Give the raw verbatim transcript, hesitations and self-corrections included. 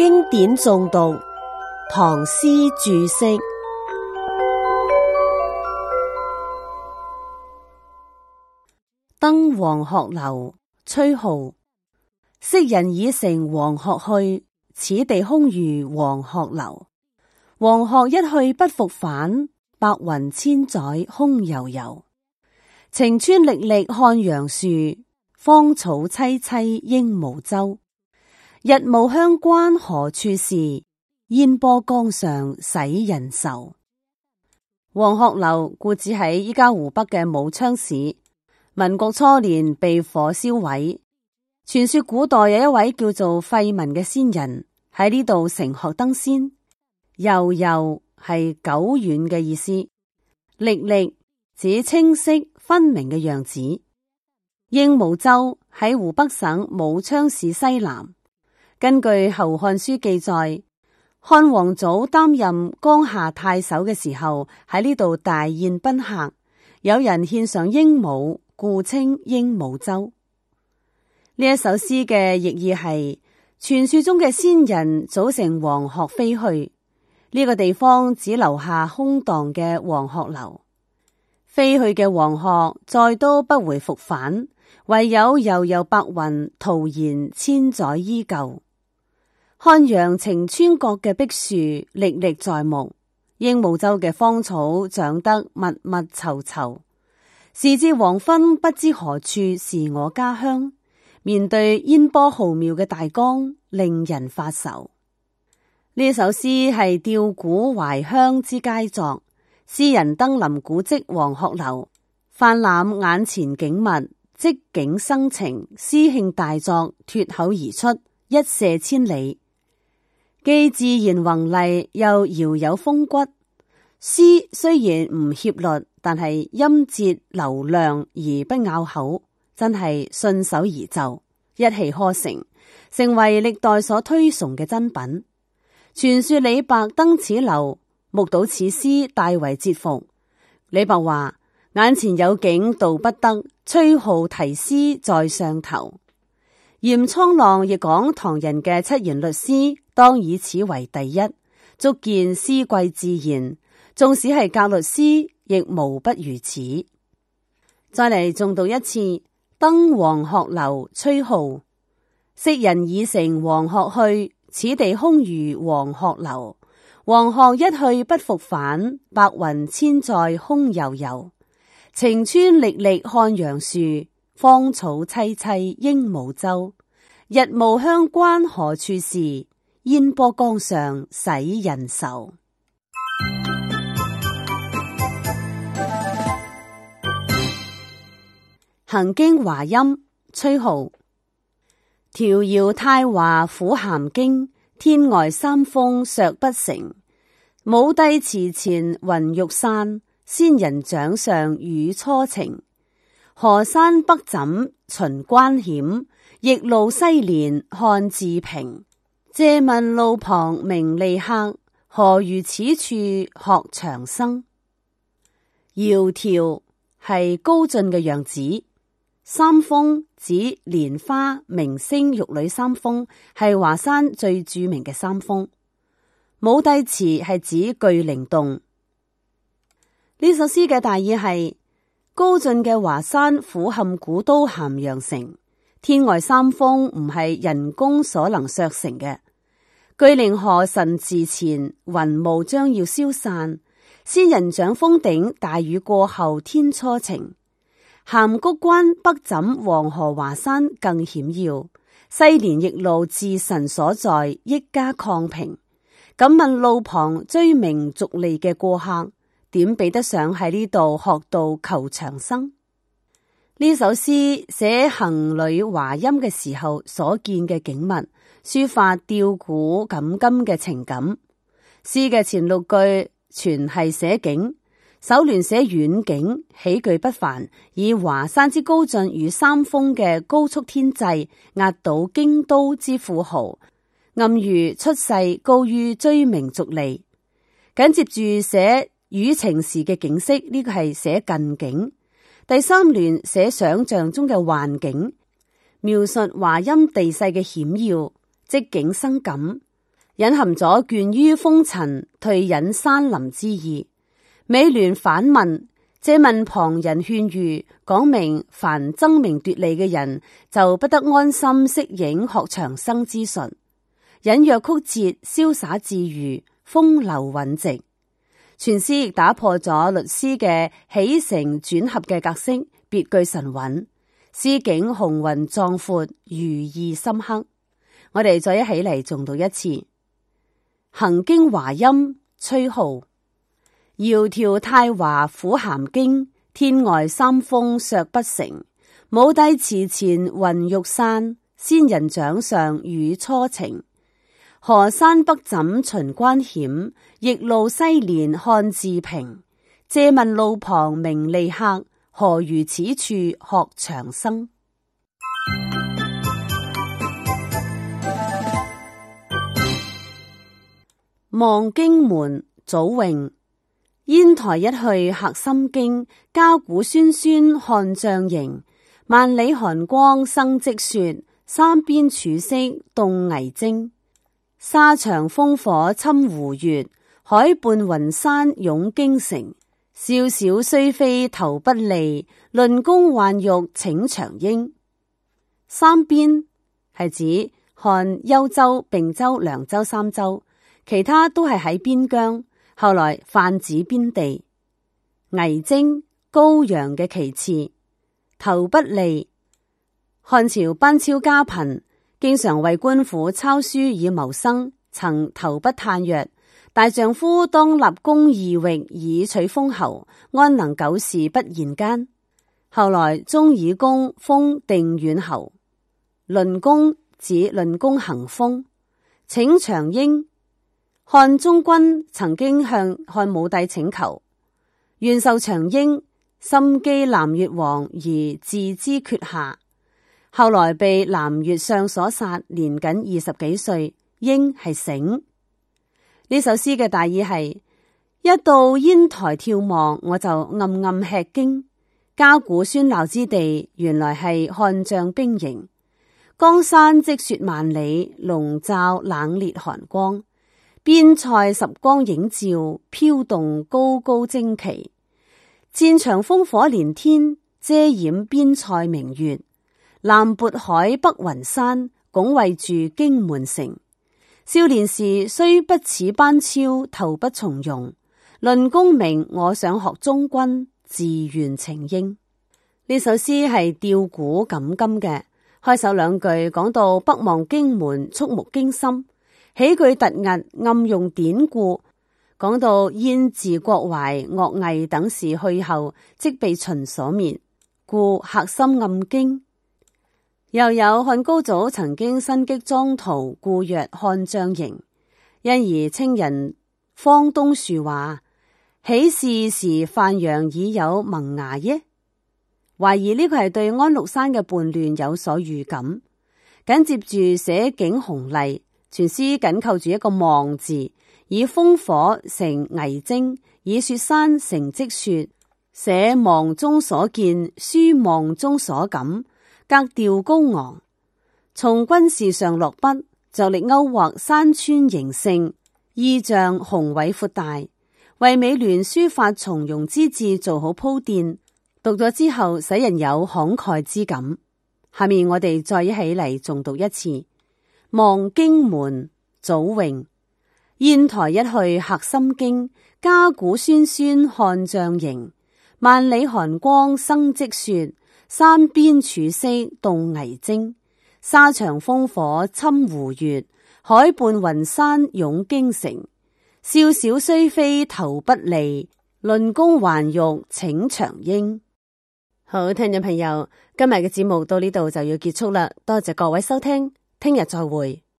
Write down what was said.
經典誦讀，唐詩注釋。登黃鶴樓，崔顥。昔人已乘黃鶴去，此地空餘黃鶴樓。黃鶴一去不復返，白雲千載空悠悠。晴川歷歷漢陽樹，芳草萋萋鸚鵡洲。日暮鄉關何處是？煙波江上使人愁。黃鶴樓故址喺依家湖北嘅武昌市，民國初年被火燒毀。傳說古代有一位叫做費民嘅仙人喺呢度乘鶴登仙。悠悠係久遠嘅意思，歷歷指清晰分明嘅樣子。鸚鵡洲喺湖北省武昌市西南。根據《後漢書》記載，漢王祖擔任江夏太守嘅時候，喺呢度大宴賓客，有人獻上鸚鵡，故稱鸚鵡洲。呢一首詩嘅譯意係：傳說中嘅仙人早乘黃鶴飛去，呢個地方只留下空蕩嘅黃鶴樓。飛去嘅黃鶴再都不回復返，唯有悠悠白雲徒然千載依舊。漢陽晴川國嘅碧樹歷歷在目，鸚鵡洲嘅芳草長得密密稠稠。時至黃昏，不知何處是我家鄉。面對煙波浩渺嘅大江，令人發愁。呢首詩係弔古懷鄉之佳作。詩人登臨古蹟黃鶴樓，泛覽眼前景物，即景生情，詩興大作，脫口而出，一瀉千里。既自然宏麗，又饒有風骨。詩雖然唔協律，但係音節流亮而不拗口，真係順手而就，一氣呵成，成為歷代所推崇嘅珍品。傳說李白登此樓，目睹此詩，大為折服。李白話：眼前有景道不得，崔顥題詩在上頭。嚴蒼浪亦講唐人嘅七言律詩，當以此為第一，足見詩貴自然。縱使係格律詩，亦無不如此。再嚟重讀一次：登黃鶴樓，崔顥。昔人已乘黃鶴去，此地空餘黃鶴樓。黃鶴一去不復返，白雲千載空悠悠。晴川歷歷漢陽樹，芳草萋萋鸚鵡洲。日暮鄉關何處是？煙波江上使人愁。行經華陰，崔顥。迢遙太華苦咸經，天外三峰削不成。武帝祠前雲欲散，仙人掌上語初情。河山北枕循關險，逆路西連看自平。借問路旁名利客，何如此處學長生？窈窕係高進嘅樣子。三峰指蓮花、明星、玉女三峰，係華山最著名嘅三峰。武帝祠係指巨靈洞。呢首詩嘅大意係：高進嘅華山俯瞰古都咸陽城，天外三峰唔係人工所能削成嘅。巨靈河神祠前，雲霧將要消散，仙人掌峰頂大雨過後天初晴。函谷關北枕黃河華山更險要，西連逆路至神所在，益加抗平。敢問路旁追名逐利嘅過客，點比得上喺呢度學道求長生？呢首詩寫行旅華陰嘅時候所見嘅景物，抒發弔古感今嘅情感。詩嘅前六句全係寫景，首聯寫遠景，起句不凡，以華山之高峻與三峰嘅高速天際壓倒京都之富豪，暗喻出世高於追名逐利。緊接住寫雨晴時嘅景色，呢個係寫近景。第三聯寫想象中嘅幻景，描述華陰地勢嘅險要，即景生感。 隱含咗倦於風塵、退隱山林之意。美聯反問，借問旁人勸喻，講明凡爭名奪利嘅人就不得安心適應學長生之術，隱約曲折，瀟灑自如，風流韻直。全詩亦打破咗律詩嘅起承轉合嘅格式，別具神韻，詩境雄渾壯闊，寓意深刻。我哋再一起嚟誦讀一次。行經華陰，崔顥。窈窕太華撫咸經，天外三峰削不成。武帝祠前雲欲散，仙人掌上雨初晴。河山北枕秦關險，逆路西連漢自平。借問路旁名利客，何如此處學長生。望京門，祖詠。煙台一去客心驚，笳鼓喧喧漢將營。萬里寒光生積雪，山邊曙色凍危征。沙場烽火侵胡月，海畔雲山湧京城。少小雖非投不利，論功還欲請長纓。三邊係指漢、幽州、并州、涼州三州，其他都係喺邊疆，後來泛指邊地。危征，高陽嘅旗幟。投不利，漢朝班超家貧，經常為官府抄書以謀生，曾投筆嘆曰：大丈夫當立功異域以取封侯，安能久事不言間？後來終以功封定遠侯。論功指論功行封。請長纓，漢中軍曾經向漢武帝請求，願授長纓，心譏南越王而自知缺下，後來被南越相所殺，年僅二十幾歲。纓係醒。呢首詩嘅大意係：一到煙台眺望，我就暗暗吃驚。笳鼓喧鬧之地，原來係漢將兵營。江山積雪萬里，籠罩冷冽寒光。邊塞十光映照，飄動高高旌旗。戰場烽火連天，遮掩邊塞明月。南渤海，北雲山，拱衛住京門城。少年時雖不似班超，投筆從戎。論功名，我想學中軍，自願請纓。呢首詩係吊古感今嘅。開首兩句講到北望京門，觸目驚心；起句突兀，暗用典故，講到燕自國懷、樂毅等事去後，即被秦所滅，故客心暗驚。又有漢高祖曾經身擊莊屠，故曰漢將營，因而稱人方東樹話：豈是時范陽已有萌芽耶？懷疑呢個係對安祿山嘅叛亂有所預感。緊接住寫景洪麗，全詩緊扣住一個望字，以烽火成危征，以雪山成積雪，寫望中所見，書望中所感，格調高昂。從軍事上落筆，着力勾畫山川形勝，意象宏偉闊大，為美聯書法從容之志做好鋪墊。讀咗之後，使人有慷慨之感。下面我哋再一起嚟誦讀一次。望京門，祖詠。煙台一去客心驚，笳鼓喧喧漢將營。萬里寒光生積雪，山邊曙色凍危征。沙場烽火侵胡月，海畔雲山湧京城。少小雖非投不利，論功還欲請長纓。好，聽眾朋友，今日嘅節目到呢度就要結束啦，多謝各位收聽，聽日再會。